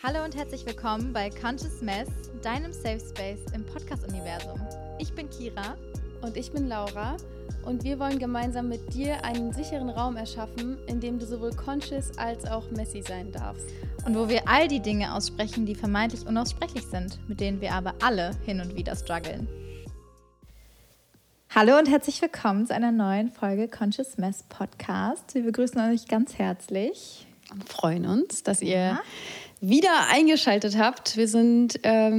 Hallo und herzlich willkommen bei Conscious Mess, deinem Safe Space im Podcast-Universum. Ich bin Kira. Und ich bin Laura. Und wir wollen gemeinsam mit dir einen sicheren Raum erschaffen, in dem du sowohl conscious als auch messy sein darfst. Und wo wir all die Dinge aussprechen, die vermeintlich unaussprechlich sind, mit denen wir aber alle hin und wieder strugglen. Hallo und herzlich willkommen zu einer neuen Folge Conscious Mess Podcast. Wir begrüßen euch ganz herzlich. Und freuen uns, dass ihr wieder eingeschaltet habt. Wir sind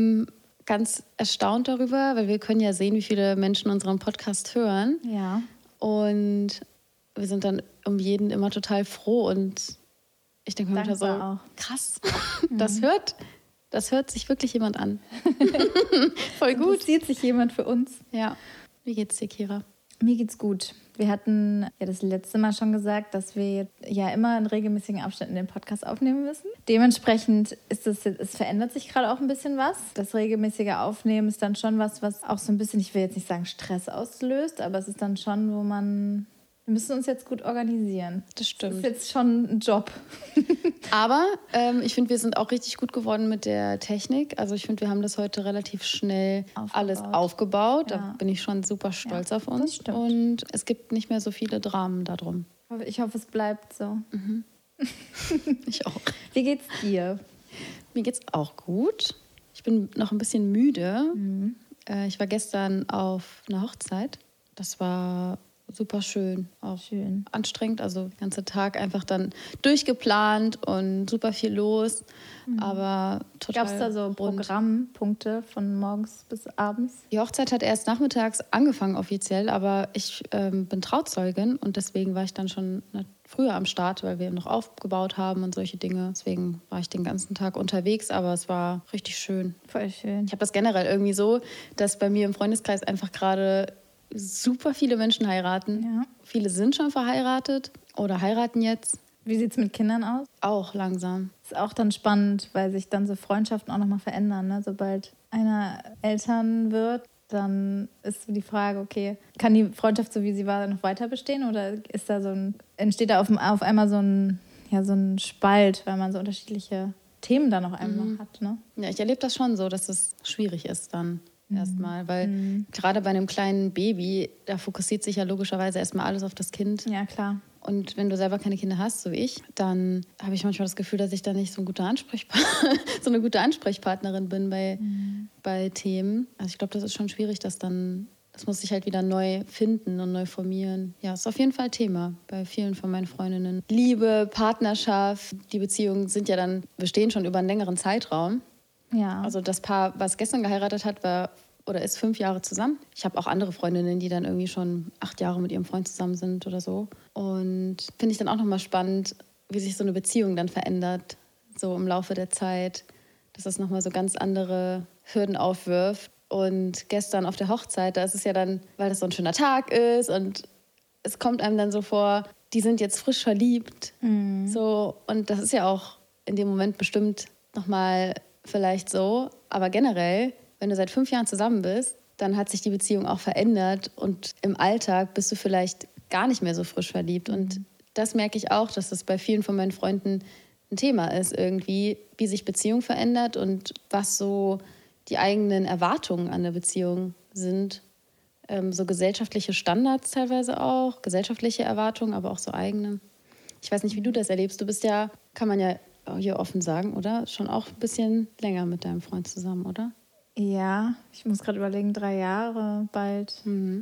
ganz erstaunt darüber, weil wir können ja sehen, wie viele Menschen unseren Podcast hören. Ja. Und wir sind dann um jeden immer total froh und ich denke mir wieder so, auch. Krass, das hört sich wirklich jemand an. Voll gut. Interessiert sich jemand für uns? Ja. Wie geht's dir, Kira? Mir geht's gut. Wir hatten ja das letzte Mal schon gesagt, dass wir ja immer in regelmäßigen Abständen den Podcast aufnehmen müssen. Dementsprechend ist es verändert sich gerade auch ein bisschen was. Das regelmäßige Aufnehmen ist dann schon was auch so ein bisschen, ich will jetzt nicht sagen Stress auslöst, aber es ist dann schon, wir müssen uns jetzt gut organisieren. Das stimmt. Das ist jetzt schon ein Job. Aber ich finde, wir sind auch richtig gut geworden mit der Technik. Also ich finde, wir haben das heute relativ schnell alles aufgebaut. Ja. Da bin ich schon super stolz auf uns. Das stimmt. Und es gibt nicht mehr so viele Dramen darum. Ich hoffe, es bleibt so. Mhm. Ich auch. Wie geht's dir? Mir geht's auch gut. Ich bin noch ein bisschen müde. Mhm. Ich war gestern auf einer Hochzeit. Das war super schön, auch schön. Anstrengend, also der ganze Tag einfach dann durchgeplant und super viel los, aber total. Gab es da so Programmpunkte von morgens bis abends? Die Hochzeit hat erst nachmittags angefangen offiziell, aber ich bin Trauzeugin und deswegen war ich dann schon früher am Start, weil wir noch aufgebaut haben und solche Dinge. Deswegen war ich den ganzen Tag unterwegs, aber es war richtig schön. Voll schön. Ich habe das generell irgendwie so, dass bei mir im Freundeskreis einfach gerade super viele Menschen heiraten. Ja. Viele sind schon verheiratet oder heiraten jetzt. Wie sieht es mit Kindern aus? Auch langsam. Ist auch dann spannend, weil sich dann so Freundschaften auch nochmal verändern. Ne? Sobald einer Eltern wird, dann ist die Frage, okay, kann die Freundschaft, so wie sie war, noch weiter bestehen? Oder ist da entsteht da auf einmal so ein Spalt, weil man so unterschiedliche Themen dann noch einmal hat? Ne? Ja, ich erlebe das schon so, dass es schwierig ist dann. Erstmal, weil gerade bei einem kleinen Baby, da fokussiert sich ja logischerweise erstmal alles auf das Kind. Ja, klar. Und wenn du selber keine Kinder hast, so wie ich, dann habe ich manchmal das Gefühl, dass ich da nicht so eine gute Ansprechpartnerin bin bei Themen. Also ich glaube, das ist schon schwierig, das muss sich halt wieder neu finden und neu formieren. Ja, ist auf jeden Fall Thema bei vielen von meinen Freundinnen. Liebe, Partnerschaft, die Beziehungen bestehen schon über einen längeren Zeitraum. Ja. Also das Paar, was gestern geheiratet hat, ist 5 Jahre zusammen. Ich habe auch andere Freundinnen, die dann irgendwie schon 8 Jahre mit ihrem Freund zusammen sind oder so. Und finde ich dann auch nochmal spannend, wie sich so eine Beziehung dann verändert, so im Laufe der Zeit, dass das nochmal so ganz andere Hürden aufwirft. Und gestern auf der Hochzeit, da ist es ja dann, weil das so ein schöner Tag ist und es kommt einem dann so vor, die sind jetzt frisch verliebt. So, und das ist ja auch in dem Moment bestimmt nochmal vielleicht so, aber generell, wenn du seit 5 Jahren zusammen bist, dann hat sich die Beziehung auch verändert und im Alltag bist du vielleicht gar nicht mehr so frisch verliebt. Und das merke ich auch, dass das bei vielen von meinen Freunden ein Thema ist irgendwie, wie sich Beziehung verändert und was so die eigenen Erwartungen an der Beziehung sind. So gesellschaftliche Standards teilweise auch, gesellschaftliche Erwartungen, aber auch so eigene. Ich weiß nicht, wie du das erlebst. Du bist ja, kann man ja hier offen sagen, oder? Schon auch ein bisschen länger mit deinem Freund zusammen, oder? Ja, ich muss gerade überlegen, 3 Jahre bald.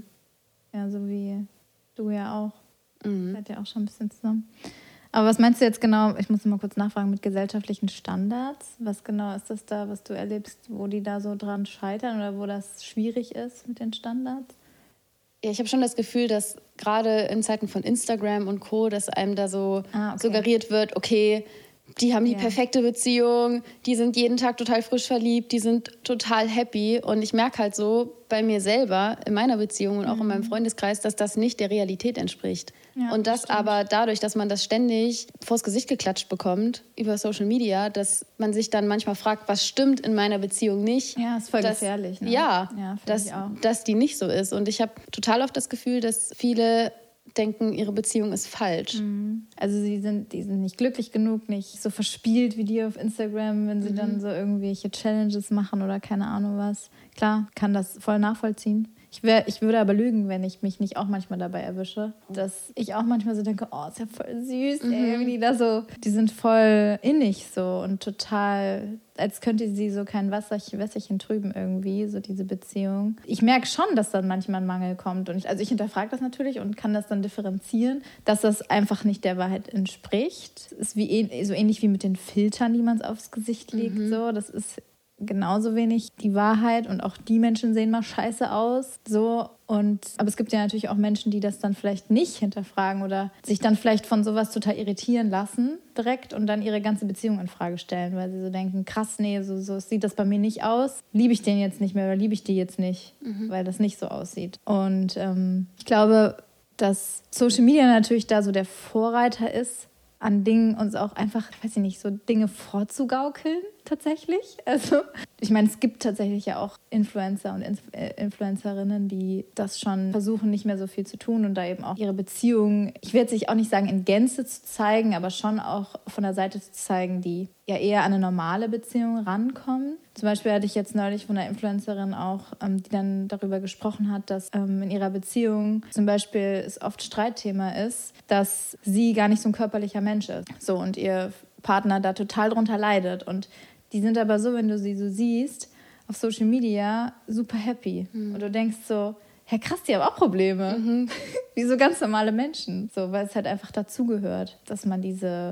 Ja, so wie du ja auch. Seid ja auch schon ein bisschen zusammen. Aber was meinst du jetzt genau, ich muss noch mal kurz nachfragen, mit gesellschaftlichen Standards? Was genau ist das da, was du erlebst, wo die da so dran scheitern oder wo das schwierig ist mit den Standards? Ja, ich habe schon das Gefühl, dass gerade in Zeiten von Instagram und Co., dass einem da so suggeriert wird, okay, die haben die perfekte Beziehung, die sind jeden Tag total frisch verliebt, die sind total happy. Und ich merke halt so bei mir selber, in meiner Beziehung und auch in meinem Freundeskreis, dass das nicht der Realität entspricht. Ja, und das aber dadurch, dass man das ständig vors Gesicht geklatscht bekommt über Social Media, dass man sich dann manchmal fragt, was stimmt in meiner Beziehung nicht. Ja, ist voll gefährlich. Ne? Ja, dass die nicht so ist. Und ich habe total oft das Gefühl, dass viele denken, ihre Beziehung ist falsch. Also die sind nicht glücklich genug, nicht so verspielt wie die auf Instagram, wenn sie dann so irgendwelche Challenges machen oder keine Ahnung was. Klar, kann das voll nachvollziehen. Ich würde aber lügen, wenn ich mich nicht auch manchmal dabei erwische, dass ich auch manchmal so denke, oh, ist ja voll süß, ey, wie die da so, die sind voll innig so und total, als könnte sie so kein Wässerchen trüben irgendwie, so diese Beziehung. Ich merke schon, dass dann manchmal ein Mangel kommt und ich hinterfrage das natürlich und kann das dann differenzieren, dass das einfach nicht der Wahrheit entspricht. Ist so ähnlich wie mit den Filtern, die man aufs Gesicht legt, so, das ist genauso wenig die Wahrheit und auch die Menschen sehen mal scheiße aus. So. Aber es gibt ja natürlich auch Menschen, die das dann vielleicht nicht hinterfragen oder sich dann vielleicht von sowas total irritieren lassen direkt und dann ihre ganze Beziehung in Frage stellen, weil sie so denken, krass, nee, so sieht das bei mir nicht aus. Liebe ich den jetzt nicht mehr oder liebe ich die jetzt nicht, weil das nicht so aussieht. Und ich glaube, dass Social Media natürlich da so der Vorreiter ist, an Dingen uns auch einfach, weiß ich nicht, so Dinge vorzugaukeln tatsächlich. Also ich meine, es gibt tatsächlich ja auch Influencer und Influencerinnen, die das schon versuchen, nicht mehr so viel zu tun und da eben auch ihre Beziehungen, ich werde sich auch nicht sagen, in Gänze zu zeigen, aber schon auch von der Seite zu zeigen, die ja eher an eine normale Beziehung rankommen. Zum Beispiel hatte ich jetzt neulich von einer Influencerin auch, die dann darüber gesprochen hat, dass in ihrer Beziehung zum Beispiel es oft Streitthema ist, dass sie gar nicht so ein körperlicher Mensch ist. So, und ihr Partner da total drunter leidet. Und die sind aber so, wenn du sie so siehst, auf Social Media super happy. Und du denkst so, ja krass, die haben auch Probleme. Wie so ganz normale Menschen. So, weil es halt einfach dazugehört, dass man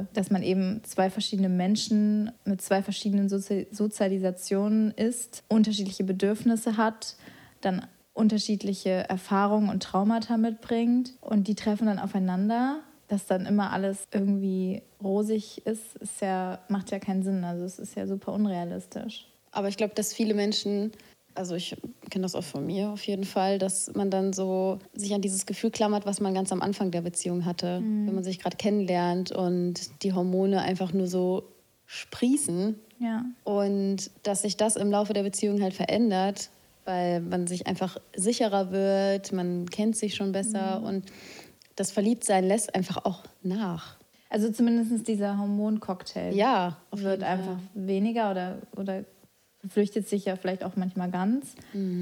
eben zwei verschiedene Menschen mit zwei verschiedenen Sozialisationen ist, unterschiedliche Bedürfnisse hat, dann unterschiedliche Erfahrungen und Traumata mitbringt und die treffen dann aufeinander. Dass dann immer alles irgendwie rosig ist, macht ja keinen Sinn. Also es ist ja super unrealistisch. Aber ich glaube, dass viele Menschen, also ich kenne das auch von mir auf jeden Fall, dass man dann so sich an dieses Gefühl klammert, was man ganz am Anfang der Beziehung hatte. Wenn man sich gerade kennenlernt und die Hormone einfach nur so sprießen. Ja. Und dass sich das im Laufe der Beziehung halt verändert, weil man sich einfach sicherer wird, man kennt sich schon besser und das Verliebtsein lässt einfach auch nach. Also zumindest dieser Hormoncocktail wird einfach weniger oder flüchtet sich ja vielleicht auch manchmal ganz.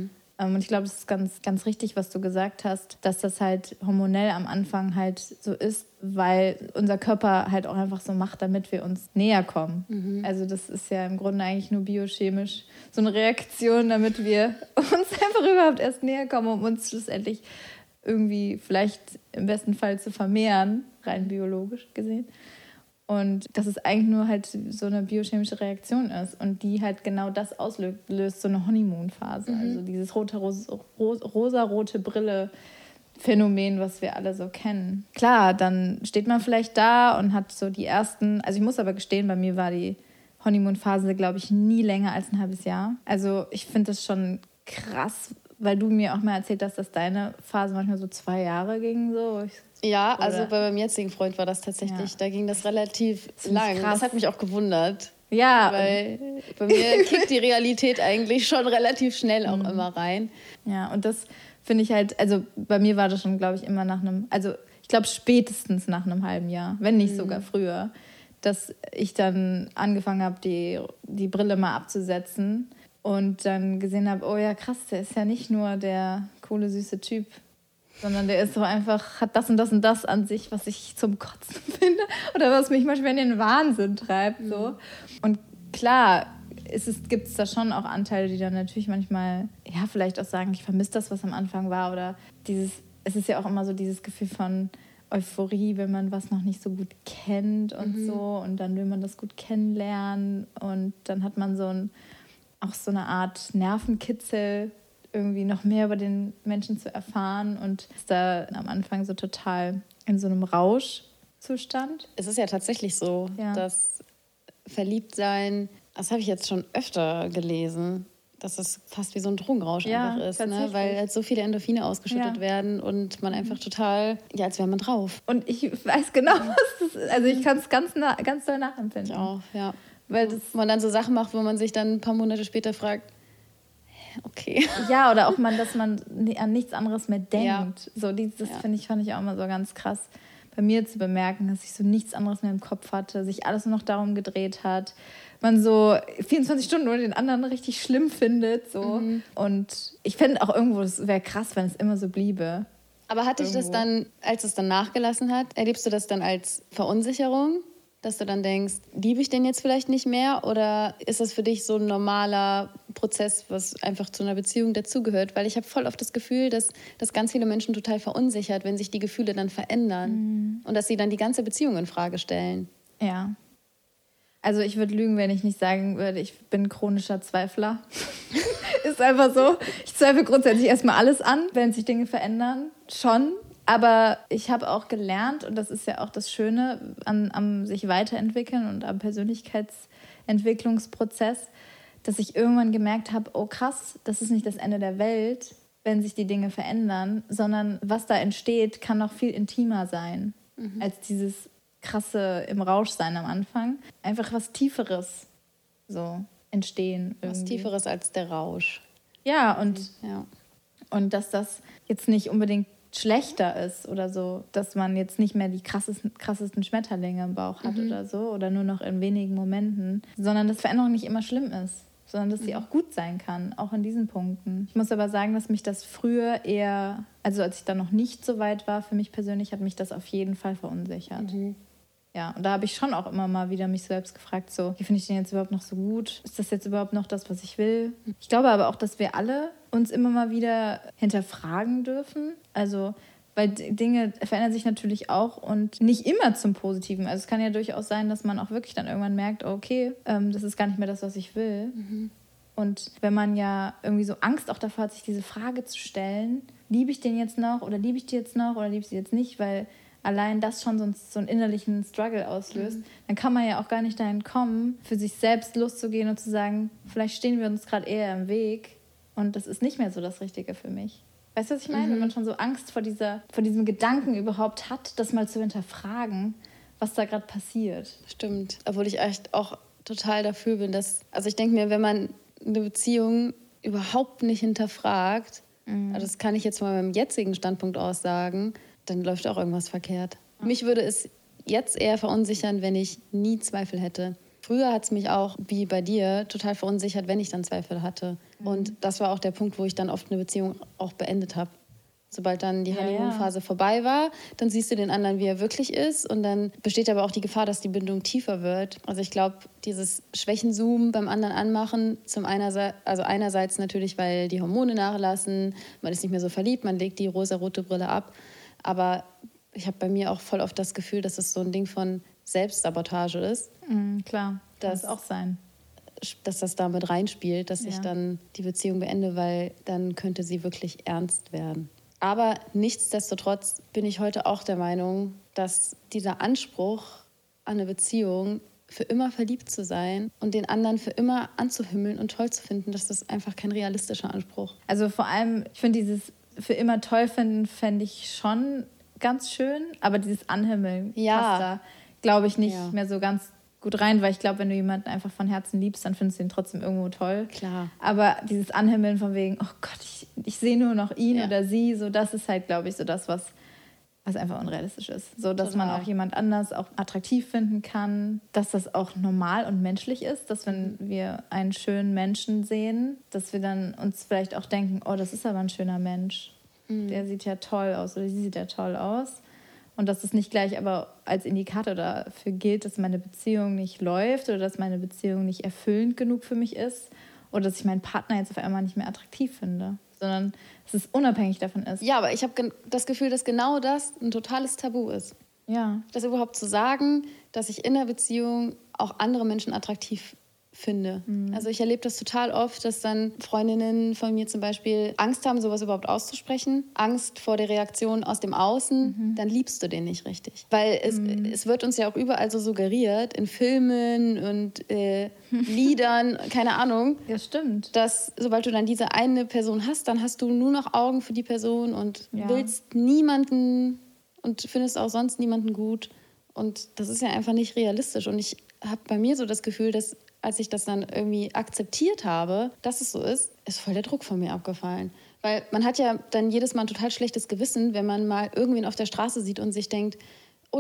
Und ich glaube, das ist ganz, ganz richtig, was du gesagt hast, dass das halt hormonell am Anfang halt so ist, weil unser Körper halt auch einfach so macht, damit wir uns näher kommen. Also das ist ja im Grunde eigentlich nur biochemisch so eine Reaktion, damit wir uns einfach überhaupt erst näher kommen, um uns schlussendlich irgendwie vielleicht im besten Fall zu vermehren, rein biologisch gesehen. Und dass es eigentlich nur halt so eine biochemische Reaktion ist und die halt genau das auslöst, so eine Honeymoon-Phase. Also dieses rosa-rote Brille-Phänomen, was wir alle so kennen. Klar, dann steht man vielleicht da und hat so die ersten, also ich muss aber gestehen, bei mir war die Honeymoon-Phase, glaube ich, nie länger als ein halbes Jahr. Also ich finde das schon krass, weil du mir auch mal erzählt hast, dass deine Phase manchmal so 2 Jahre ging. So. Also bei meinem jetzigen Freund war das tatsächlich, da ging das relativ lang. Krass. Das hat mich auch gewundert. Ja. Weil bei mir kickt die Realität eigentlich schon relativ schnell auch immer rein. Ja, und das finde ich halt, also bei mir war das schon, glaube ich, immer ich glaube spätestens nach einem halben Jahr, wenn nicht sogar früher, dass ich dann angefangen habe, die Brille mal abzusetzen. Und dann gesehen habe, oh ja krass, der ist ja nicht nur der coole, süße Typ, sondern der ist so einfach, hat das und das und das an sich, was ich zum Kotzen finde oder was mich manchmal in den Wahnsinn treibt. So. Und klar, gibt es da schon auch Anteile, die dann natürlich manchmal, ja, vielleicht auch sagen, ich vermisse das, was am Anfang war. Oder es ist ja auch immer so dieses Gefühl von Euphorie, wenn man was noch nicht so gut kennt und so. Und dann will man das gut kennenlernen und dann hat man auch so eine Art Nervenkitzel, irgendwie noch mehr über den Menschen zu erfahren und ist da am Anfang so total in so einem Rauschzustand. Es ist ja tatsächlich so, dass Verliebtsein, das habe ich jetzt schon öfter gelesen, dass es fast wie so ein Drogenrausch einfach ist, ne? Weil halt so viele Endorphine ausgeschüttet werden und man einfach total, als wäre man drauf. Und ich weiß genau, was das ist. Also ich kann es ganz doll nachempfinden. Ich auch, ja. Weil man dann so Sachen macht, wo man sich dann ein paar Monate später fragt, okay. Ja, oder auch dass man an nichts anderes mehr denkt. Ja. So, das fand ich auch immer so ganz krass bei mir zu bemerken, dass ich so nichts anderes mehr im Kopf hatte, sich alles nur noch darum gedreht hat. Man so 24 Stunden nur den anderen richtig schlimm findet. So. Und ich fände auch irgendwo, es wäre krass, wenn es immer so bliebe. Aber hat dich das dann, als es dann nachgelassen hat, erlebst du das dann als Verunsicherung? Dass du dann denkst, liebe ich den jetzt vielleicht nicht mehr? Oder ist das für dich so ein normaler Prozess, was einfach zu einer Beziehung dazugehört? Weil ich habe voll oft das Gefühl, dass das ganz viele Menschen total verunsichert, wenn sich die Gefühle dann verändern. Und dass sie dann die ganze Beziehung in Frage stellen. Ja. Also ich würde lügen, wenn ich nicht sagen würde, ich bin chronischer Zweifler. Ist einfach so. Ich zweifle grundsätzlich erstmal alles an, wenn sich Dinge verändern. Schon. Aber ich habe auch gelernt, und das ist ja auch das Schöne am sich weiterentwickeln und am Persönlichkeitsentwicklungsprozess, dass ich irgendwann gemerkt habe, oh krass, das ist nicht das Ende der Welt, wenn sich die Dinge verändern, sondern was da entsteht, kann noch viel intimer sein, als dieses krasse im Rausch sein am Anfang. Einfach was Tieferes so entstehen. Irgendwie. Was Tieferes als der Rausch. Ja, und dass das jetzt nicht unbedingt schlechter ist oder so, dass man jetzt nicht mehr die krassesten Schmetterlinge im Bauch hat oder so oder nur noch in wenigen Momenten, sondern dass Veränderung nicht immer schlimm ist, sondern dass sie auch gut sein kann, auch in diesen Punkten. Ich muss aber sagen, dass mich das früher eher, also als ich dann noch nicht so weit war, für mich persönlich hat mich das auf jeden Fall verunsichert. Ja, und da habe ich schon auch immer mal wieder mich selbst gefragt, so, wie finde ich den jetzt überhaupt noch so gut? Ist das jetzt überhaupt noch das, was ich will? Ich glaube aber auch, dass wir alle uns immer mal wieder hinterfragen dürfen. Also, weil Dinge verändern sich natürlich auch und nicht immer zum Positiven. Also es kann ja durchaus sein, dass man auch wirklich dann irgendwann merkt, okay, das ist gar nicht mehr das, was ich will. Und wenn man ja irgendwie so Angst auch davor hat, sich diese Frage zu stellen, liebe ich den jetzt noch oder liebe ich die jetzt noch oder liebe ich sie jetzt nicht, weil allein das schon so einen innerlichen Struggle auslöst, dann kann man ja auch gar nicht dahin kommen, für sich selbst loszugehen und zu sagen, vielleicht stehen wir uns gerade eher im Weg und das ist nicht mehr so das Richtige für mich. Weißt du, was ich meine? Wenn man schon so Angst vor diesem Gedanken überhaupt hat, das mal zu hinterfragen, was da gerade passiert. Stimmt. Obwohl ich echt auch total dafür bin, dass, also ich denke mir, wenn man eine Beziehung überhaupt nicht hinterfragt, also das kann ich jetzt mal meinem jetzigen Standpunkt aus sagen, dann läuft auch irgendwas verkehrt. Mich würde es jetzt eher verunsichern, wenn ich nie Zweifel hätte. Früher hat es mich auch, wie bei dir, total verunsichert, wenn ich dann Zweifel hatte. Und das war auch der Punkt, wo ich dann oft eine Beziehung auch beendet habe. Sobald dann die Honeymoon-Phase vorbei war, dann siehst du den anderen, wie er wirklich ist. Und dann besteht aber auch die Gefahr, dass die Bindung tiefer wird. Also ich glaube, dieses Schwächenzoomen beim anderen anmachen, einerseits natürlich, weil die Hormone nachlassen, man ist nicht mehr so verliebt, man legt die rosarote Brille ab. Aber ich habe bei mir auch voll oft das Gefühl, dass es so ein Ding von Selbstsabotage ist. Klar, kann es auch sein. Dass das damit reinspielt, dass ich dann die Beziehung beende, weil dann könnte sie wirklich ernst werden. Aber nichtsdestotrotz bin ich heute auch der Meinung, dass dieser Anspruch an eine Beziehung, für immer verliebt zu sein und den anderen für immer anzuhimmeln und toll zu finden, dass das einfach kein realistischer Anspruch. Also vor allem, ich finde dieses für immer toll finden, fände ich schon ganz schön, aber dieses Anhimmeln passt da, glaube ich, nicht mehr so ganz gut rein, weil ich glaube, wenn du jemanden einfach von Herzen liebst, dann findest du ihn trotzdem irgendwo toll. Klar. Aber dieses Anhimmeln von wegen, oh Gott, ich sehe nur noch ihn oder sie, so das ist halt, glaube ich, so das, was einfach unrealistisch ist. So, dass man auch jemand anders auch attraktiv finden kann, dass das auch normal und menschlich ist, dass wenn wir einen schönen Menschen sehen, dass wir dann uns vielleicht auch denken, oh, das ist aber ein schöner Mensch. Der sieht ja toll aus oder sie sieht ja toll aus. Und dass es nicht gleich aber als Indikator dafür gilt, dass meine Beziehung nicht läuft oder dass meine Beziehung nicht erfüllend genug für mich ist oder dass ich meinen Partner jetzt auf einmal nicht mehr attraktiv finde, sondern dass es unabhängig davon ist. Ja, aber ich habe das Gefühl, dass genau das ein totales Tabu ist. Ja. Das überhaupt zu sagen, dass ich in der Beziehung auch andere Menschen attraktiv finde. Also ich erlebe das total oft, dass dann Freundinnen von mir zum Beispiel Angst haben, sowas überhaupt auszusprechen. Angst vor der Reaktion aus dem Außen. Dann liebst du den nicht richtig. Weil es wird uns ja auch überall so suggeriert, in Filmen und Liedern, keine Ahnung. Ja, stimmt. Dass sobald du dann diese eine Person hast, dann hast du nur noch Augen für die Person und willst niemanden und findest auch sonst niemanden gut. Und das ist ja einfach nicht realistisch. Und ich habe bei mir so das Gefühl, dass als ich das dann irgendwie akzeptiert habe, dass es so ist voll der Druck von mir abgefallen. Weil man hat ja dann jedes Mal ein total schlechtes Gewissen, wenn man mal irgendwen auf der Straße sieht und sich denkt, oh,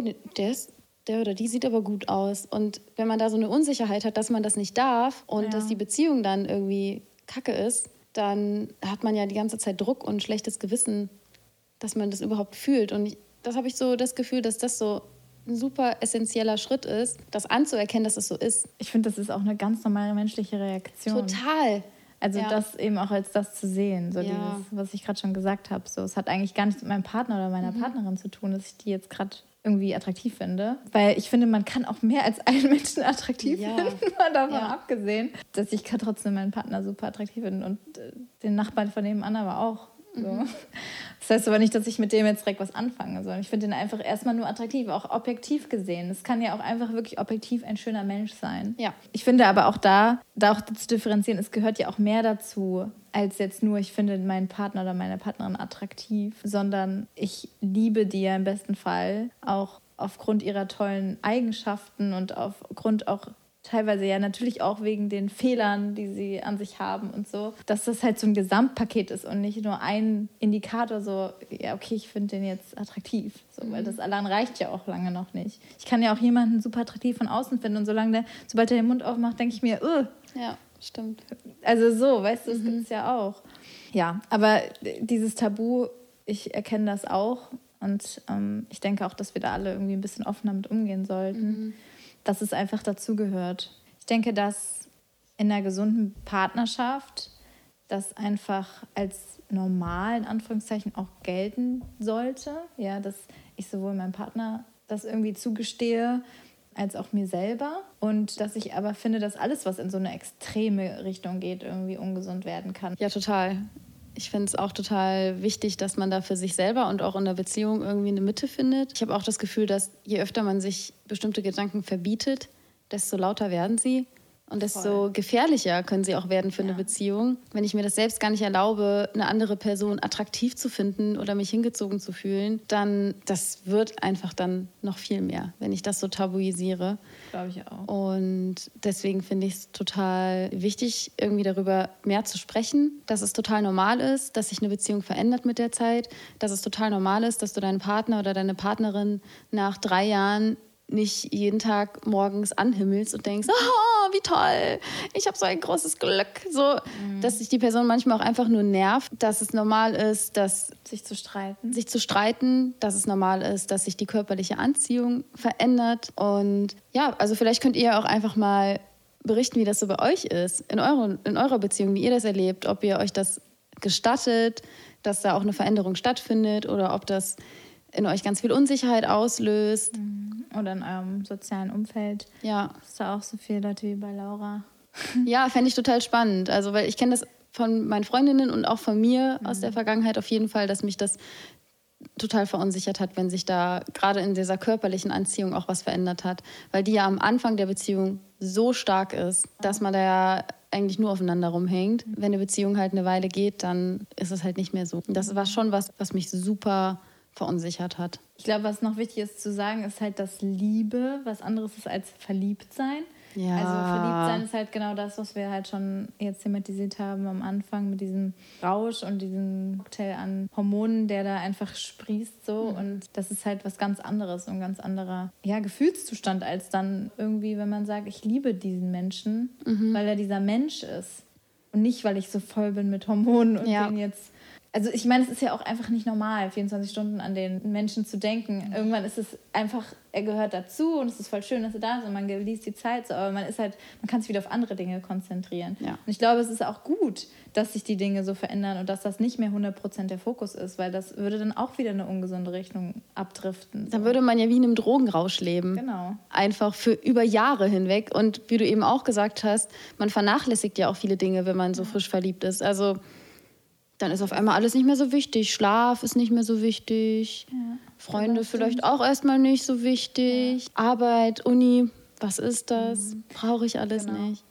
der oder die sieht aber gut aus. Und wenn man da so eine Unsicherheit hat, dass man das nicht darf und dass die Beziehung dann irgendwie kacke ist, dann hat man ja die ganze Zeit Druck und schlechtes Gewissen, dass man das überhaupt fühlt. Und das habe ich so das Gefühl, dass das so ein super essentieller Schritt ist, das anzuerkennen, dass es so ist. Ich finde, das ist auch eine ganz normale menschliche Reaktion. Total. Also das eben auch als das zu sehen, so dieses, was ich gerade schon gesagt habe. So, es hat eigentlich gar nichts mit meinem Partner oder meiner Partnerin zu tun, dass ich die jetzt gerade irgendwie attraktiv finde. Weil ich finde, man kann auch mehr als einen Menschen attraktiv finden, mal davon abgesehen, dass ich trotzdem meinen Partner super attraktiv finde und den Nachbarn von nebenan aber auch. So. Das heißt aber nicht, dass ich mit dem jetzt direkt was anfange, sondern ich finde den einfach erstmal nur attraktiv, auch objektiv gesehen. Es kann ja auch einfach wirklich objektiv ein schöner Mensch sein. Ja. Ich finde aber auch da auch zu differenzieren, es gehört ja auch mehr dazu, als jetzt nur, ich finde meinen Partner oder meine Partnerin attraktiv, sondern ich liebe die ja im besten Fall auch aufgrund ihrer tollen Eigenschaften und aufgrund auch teilweise ja natürlich auch wegen den Fehlern, die sie an sich haben und so, dass das halt so ein Gesamtpaket ist und nicht nur ein Indikator so, ja okay, ich finde den jetzt attraktiv, so, weil das allein reicht ja auch lange noch nicht. Ich kann ja auch jemanden super attraktiv von außen finden und sobald er den Mund aufmacht, denke ich mir, ja, stimmt. Also so, weißt du, das gibt es ja auch. Ja, aber dieses Tabu, ich erkenne das auch und ich denke auch, dass wir da alle irgendwie ein bisschen offener mit umgehen sollten. Dass es einfach dazugehört. Ich denke, dass in einer gesunden Partnerschaft das einfach als normal, in Anführungszeichen, auch gelten sollte. Ja, dass ich sowohl meinem Partner das irgendwie zugestehe, als auch mir selber. Und dass ich aber finde, dass alles, was in so eine extreme Richtung geht, irgendwie ungesund werden kann. Ja, total. Ich finde es auch total wichtig, dass man da für sich selber und auch in der Beziehung irgendwie eine Mitte findet. Ich habe auch das Gefühl, dass je öfter man sich bestimmte Gedanken verbietet, desto lauter werden sie und desto gefährlicher können sie auch werden für eine Beziehung. Wenn ich mir das selbst gar nicht erlaube, eine andere Person attraktiv zu finden oder mich hingezogen zu fühlen, dann das wird einfach dann noch viel mehr, wenn ich das so tabuisiere. Glaube ich auch. Und deswegen finde ich es total wichtig, irgendwie darüber mehr zu sprechen, dass es total normal ist, dass sich eine Beziehung verändert mit der Zeit, dass es total normal ist, dass du deinen Partner oder deine Partnerin nach 3 Jahren nicht jeden Tag morgens anhimmelst und denkst, oh, wie toll, ich habe so ein großes Glück. So, dass sich die Person manchmal auch einfach nur nervt, dass es normal ist, dass sich zu streiten, dass es normal ist, dass sich die körperliche Anziehung verändert. Und ja, also vielleicht könnt ihr auch einfach mal berichten, wie das so bei euch ist, in eurer Beziehung, wie ihr das erlebt, ob ihr euch das gestattet, dass da auch eine Veränderung stattfindet oder ob das in euch ganz viel Unsicherheit auslöst. Oder in eurem sozialen Umfeld. Ja. Ist da auch so viele Leute wie bei Laura? Ja, fände ich total spannend. Also, weil ich kenne das von meinen Freundinnen und auch von mir aus der Vergangenheit auf jeden Fall, dass mich das total verunsichert hat, wenn sich da gerade in dieser körperlichen Anziehung auch was verändert hat. Weil die ja am Anfang der Beziehung so stark ist, dass man da ja eigentlich nur aufeinander rumhängt. Wenn eine Beziehung halt eine Weile geht, dann ist es halt nicht mehr so. Und das war schon was mich super verunsichert hat. Ich glaube, was noch wichtig ist zu sagen, ist halt, dass Liebe was anderes ist als Verliebtsein. Ja. Also Verliebtsein ist halt genau das, was wir halt schon jetzt thematisiert haben am Anfang mit diesem Rausch und diesem Cocktail an Hormonen, der da einfach sprießt so. Und das ist halt was ganz anderes und ein ganz anderer Gefühlszustand als dann irgendwie, wenn man sagt, ich liebe diesen Menschen, weil er dieser Mensch ist. Und nicht, weil ich so voll bin mit Hormonen und den jetzt... Also ich meine, es ist ja auch einfach nicht normal, 24 Stunden an den Menschen zu denken. Irgendwann ist es einfach, er gehört dazu und es ist voll schön, dass er da ist und man genießt die Zeit, so, aber man kann sich wieder auf andere Dinge konzentrieren. Ja. Und ich glaube, es ist auch gut, dass sich die Dinge so verändern und dass das nicht mehr 100% der Fokus ist, weil das würde dann auch wieder eine ungesunde Richtung abdriften. So. Da würde man ja wie in einem Drogenrausch leben. Genau. Einfach für über Jahre hinweg. Und wie du eben auch gesagt hast, man vernachlässigt ja auch viele Dinge, wenn man so frisch verliebt ist. Also dann ist auf einmal alles nicht mehr so wichtig. Schlaf ist nicht mehr so wichtig. Ja. Freunde vielleicht auch erstmal nicht so wichtig. Ja. Arbeit, Uni, was ist das? Brauche ich alles nicht.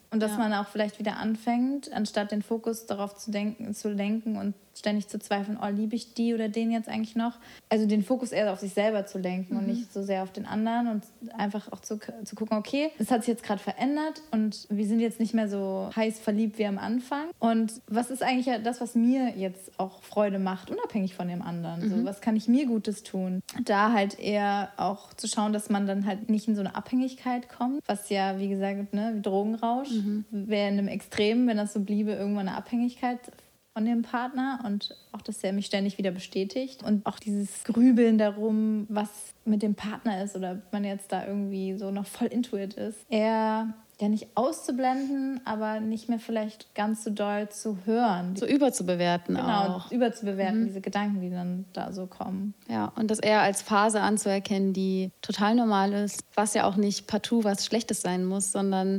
Und dass man auch vielleicht wieder anfängt, anstatt den Fokus darauf zu lenken und ständig zu zweifeln, oh, liebe ich die oder den jetzt eigentlich noch? Also den Fokus eher auf sich selber zu lenken und nicht so sehr auf den anderen und einfach auch zu gucken, okay, das hat sich jetzt gerade verändert und wir sind jetzt nicht mehr so heiß verliebt wie am Anfang. Und was ist eigentlich das, was mir jetzt auch Freude macht, unabhängig von dem anderen? So, was kann ich mir Gutes tun? Da halt eher auch zu schauen, dass man dann halt nicht in so eine Abhängigkeit kommt, was ja, wie gesagt, ne, wie Drogenrausch wäre in einem Extrem, wenn das so bliebe, irgendwann eine Abhängigkeit von dem Partner und auch, dass er mich ständig wieder bestätigt und auch dieses Grübeln darum, was mit dem Partner ist oder ob man jetzt da irgendwie so noch voll into it ist. Eher ja nicht auszublenden, aber nicht mehr vielleicht ganz so doll zu hören. So überzubewerten auch. Genau, überzubewerten, diese Gedanken, die dann da so kommen. Ja, und das eher als Phase anzuerkennen, die total normal ist, was ja auch nicht partout was Schlechtes sein muss, sondern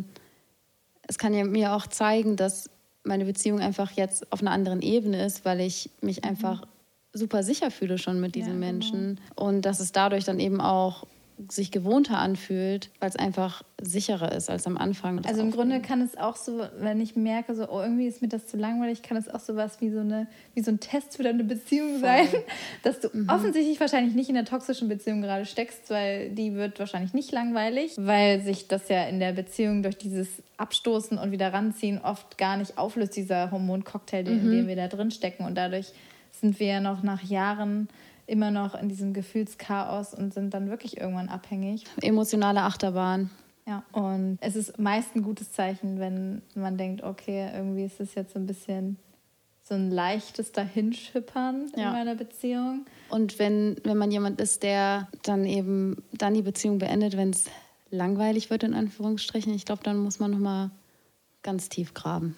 es kann ja mir auch zeigen, dass meine Beziehung einfach jetzt auf einer anderen Ebene ist, weil ich mich einfach super sicher fühle schon mit diesen Menschen. Und dass es dadurch dann eben auch sich gewohnter anfühlt, weil es einfach sicherer ist als am Anfang. Also im Grunde kann es auch so, wenn ich merke, so, oh, irgendwie ist mir das zu langweilig, kann es auch sowas wie so ein Test für deine Beziehung sein, dass du offensichtlich wahrscheinlich nicht in einer toxischen Beziehung gerade steckst, weil die wird wahrscheinlich nicht langweilig, weil sich das ja in der Beziehung durch dieses Abstoßen und wieder ranziehen oft gar nicht auflöst, dieser Hormoncocktail, in dem wir da drin stecken. Und dadurch sind wir ja noch nach Jahren immer noch in diesem Gefühlschaos und sind dann wirklich irgendwann abhängig. Emotionale Achterbahn. Ja, und es ist meist ein gutes Zeichen, wenn man denkt, okay, irgendwie ist es jetzt so ein bisschen so ein leichtes Dahinschippern in meiner Beziehung. Und wenn man jemand ist, der dann eben dann die Beziehung beendet, wenn es langweilig wird, in Anführungsstrichen, ich glaube, dann muss man nochmal ganz tief graben.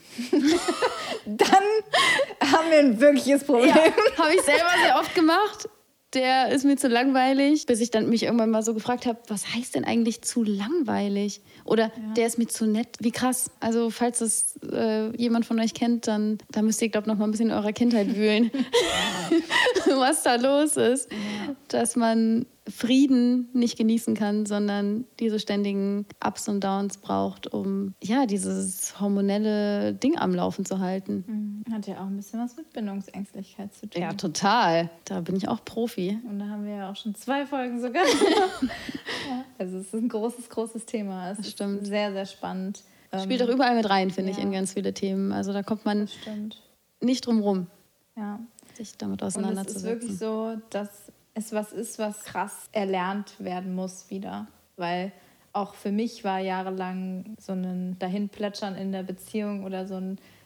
Dann haben wir ein wirkliches Problem. Ja, habe ich selber sehr oft gemacht. Der ist mir zu langweilig, bis ich dann mich irgendwann mal so gefragt habe, was heißt denn eigentlich zu langweilig? Oder der ist mir zu nett. Wie krass. Also falls das jemand von euch kennt, dann müsst ihr, glaube ich, noch mal ein bisschen in eurer Kindheit wühlen, was da los ist. Ja. Dass man Frieden nicht genießen kann, sondern diese ständigen Ups und Downs braucht, um dieses hormonelle Ding am Laufen zu halten. Hat ja auch ein bisschen was mit Bindungsängstlichkeit zu tun. Ja, total. Da bin ich auch Profi. Und da haben wir ja auch schon 2 Folgen sogar. Ja. Also es ist ein großes Thema. Es ist sehr, sehr spannend. Spielt auch überall mit rein, finde ich, in ganz viele Themen. Also da kommt man nicht drum rum, sich damit auseinanderzusetzen. Und es ist wirklich so, dass es was ist, was krass erlernt werden muss wieder. Weil auch für mich war jahrelang so ein Dahinplätschern in der Beziehung oder so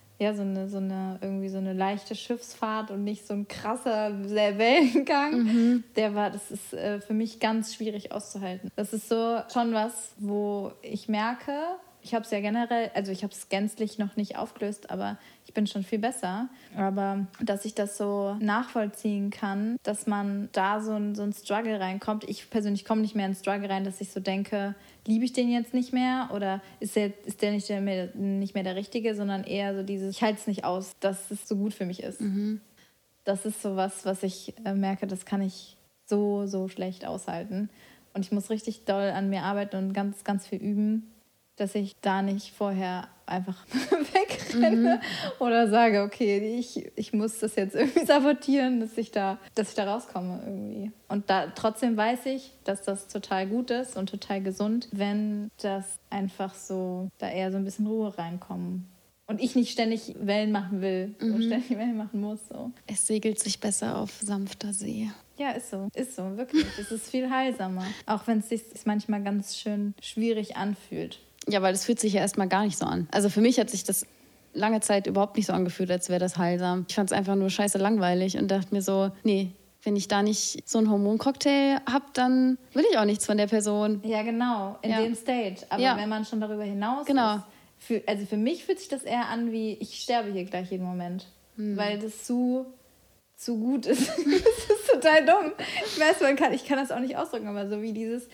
eine leichte Schiffsfahrt und nicht so ein krasser Wellengang. Das ist für mich ganz schwierig auszuhalten. Das ist so schon was, wo ich merke, ich habe es ja generell, also ich habe es gänzlich noch nicht aufgelöst, aber ich bin schon viel besser. Aber dass ich das so nachvollziehen kann, dass man da so ein Struggle reinkommt. Ich persönlich komme nicht mehr in einen Struggle rein, dass ich so denke, liebe ich den jetzt nicht mehr oder ist der nicht mehr der Richtige, sondern eher so dieses, ich halte es nicht aus, dass es so gut für mich ist. Das ist so was ich merke, das kann ich so schlecht aushalten. Und ich muss richtig doll an mir arbeiten und ganz, ganz viel üben, dass ich da nicht vorher einfach wegrenne oder sage, okay, ich muss das jetzt irgendwie sabotieren, dass ich da rauskomme irgendwie. Und da trotzdem weiß ich, dass das total gut ist und total gesund, wenn das einfach so, da eher so ein bisschen Ruhe reinkommen. Und ich nicht ständig Wellen machen will und ständig Wellen machen muss. So. Es segelt sich besser auf sanfter See. Ja, ist so, wirklich. Es ist viel heilsamer, auch wenn es sich manchmal ganz schön schwierig anfühlt. Ja, weil das fühlt sich ja erstmal gar nicht so an. Also für mich hat sich das lange Zeit überhaupt nicht so angefühlt, als wäre das heilsam. Ich fand es einfach nur scheiße langweilig und dachte mir so, nee, wenn ich da nicht so einen Hormoncocktail habe, dann will ich auch nichts von der Person. Ja, genau, in dem Stage. Aber wenn man schon darüber hinaus ist, also für mich fühlt sich das eher an wie, ich sterbe hier gleich jeden Moment. Weil das zu gut ist. Das ist total dumm. Ich weiß, ich kann das auch nicht ausdrücken, aber so wie dieses,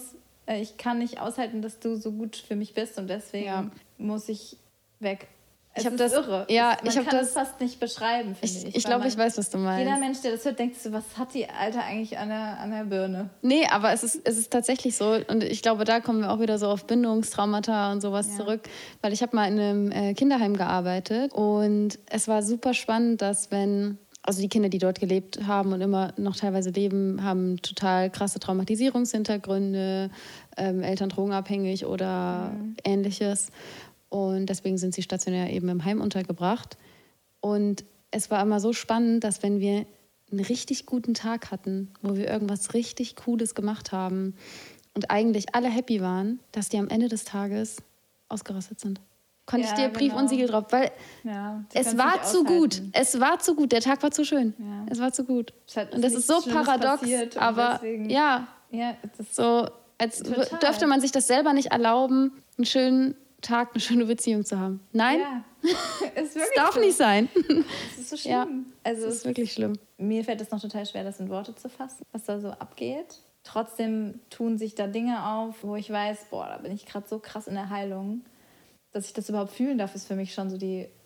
ich kann nicht aushalten, dass du so gut für mich bist und deswegen muss ich weg. Es ist irre. Ja, Man kann das fast nicht beschreiben, finde ich. Ich glaube, ich weiß, was du meinst. Jeder Mensch, der das hört, denkt so, was hat die Alte eigentlich an der Birne? Nee, aber es ist tatsächlich so. Und ich glaube, da kommen wir auch wieder so auf Bindungstraumata und sowas zurück. Weil ich habe mal in einem Kinderheim gearbeitet. Und es war super spannend, dass also die Kinder, die dort gelebt haben und immer noch teilweise leben, haben total krasse Traumatisierungshintergründe, Eltern drogenabhängig oder Ähnliches. Und deswegen sind sie stationär eben im Heim untergebracht. Und es war immer so spannend, dass wenn wir einen richtig guten Tag hatten, wo wir irgendwas richtig Cooles gemacht haben und eigentlich alle happy waren, dass die am Ende des Tages ausgerastet sind. Konnte ich dir Brief und Siegel drauf, weil es war zu gut. Es war zu gut. Der Tag war zu schön. Ja. Es war zu gut. Und das ist so paradox, aber deswegen, so als dürfte man sich das selber nicht erlauben, einen schönen Tag, eine schöne Beziehung zu haben. Nein, es darf nicht sein. Es ist so schlimm. Ja, also es ist wirklich schlimm. Mir fällt es noch total schwer, das in Worte zu fassen, was da so abgeht. Trotzdem tun sich da Dinge auf, wo ich weiß, boah, da bin ich gerade so krass in der Heilung, dass ich das überhaupt fühlen darf, ist für mich schon so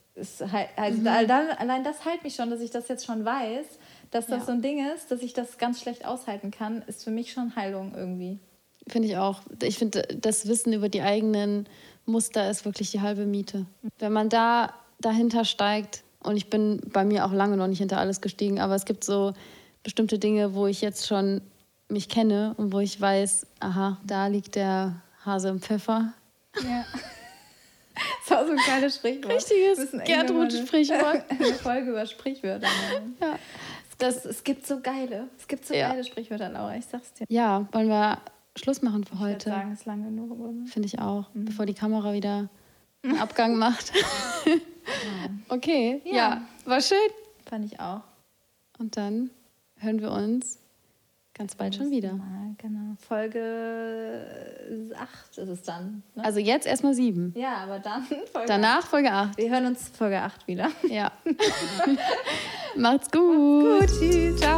allein das heilt mich schon, dass ich das jetzt schon weiß, dass das so ein Ding ist, dass ich das ganz schlecht aushalten kann, ist für mich schon Heilung irgendwie. Finde ich auch. Ich finde, das Wissen über die eigenen Muster ist wirklich die halbe Miete. Wenn man dahinter steigt, und ich bin bei mir auch lange noch nicht hinter alles gestiegen, aber es gibt so bestimmte Dinge, wo ich jetzt schon mich kenne und wo ich weiß, aha, da liegt der Hase im Pfeffer. Ja. Das war so ein geiles Sprichwort. Richtiges Gertrud-Sprichwort. Eine Folge über Sprichwörter. Ja. Es gibt so geile Sprichwörter, Laura, ich sag's dir. Ja, wollen wir Schluss machen für heute? Ich würde sagen, es ist lang genug. Finde ich auch, bevor die Kamera wieder einen Abgang macht. Okay, war schön. Fand ich auch. Und dann hören wir uns ganz bald schon wieder. Mal, genau. Folge 8 ist es dann. Ne? Also jetzt erstmal 7. Ja, aber dann danach 8. Folge 8. Wir hören uns Folge 8 wieder. Ja. Macht's gut. Tschüss. Ciao.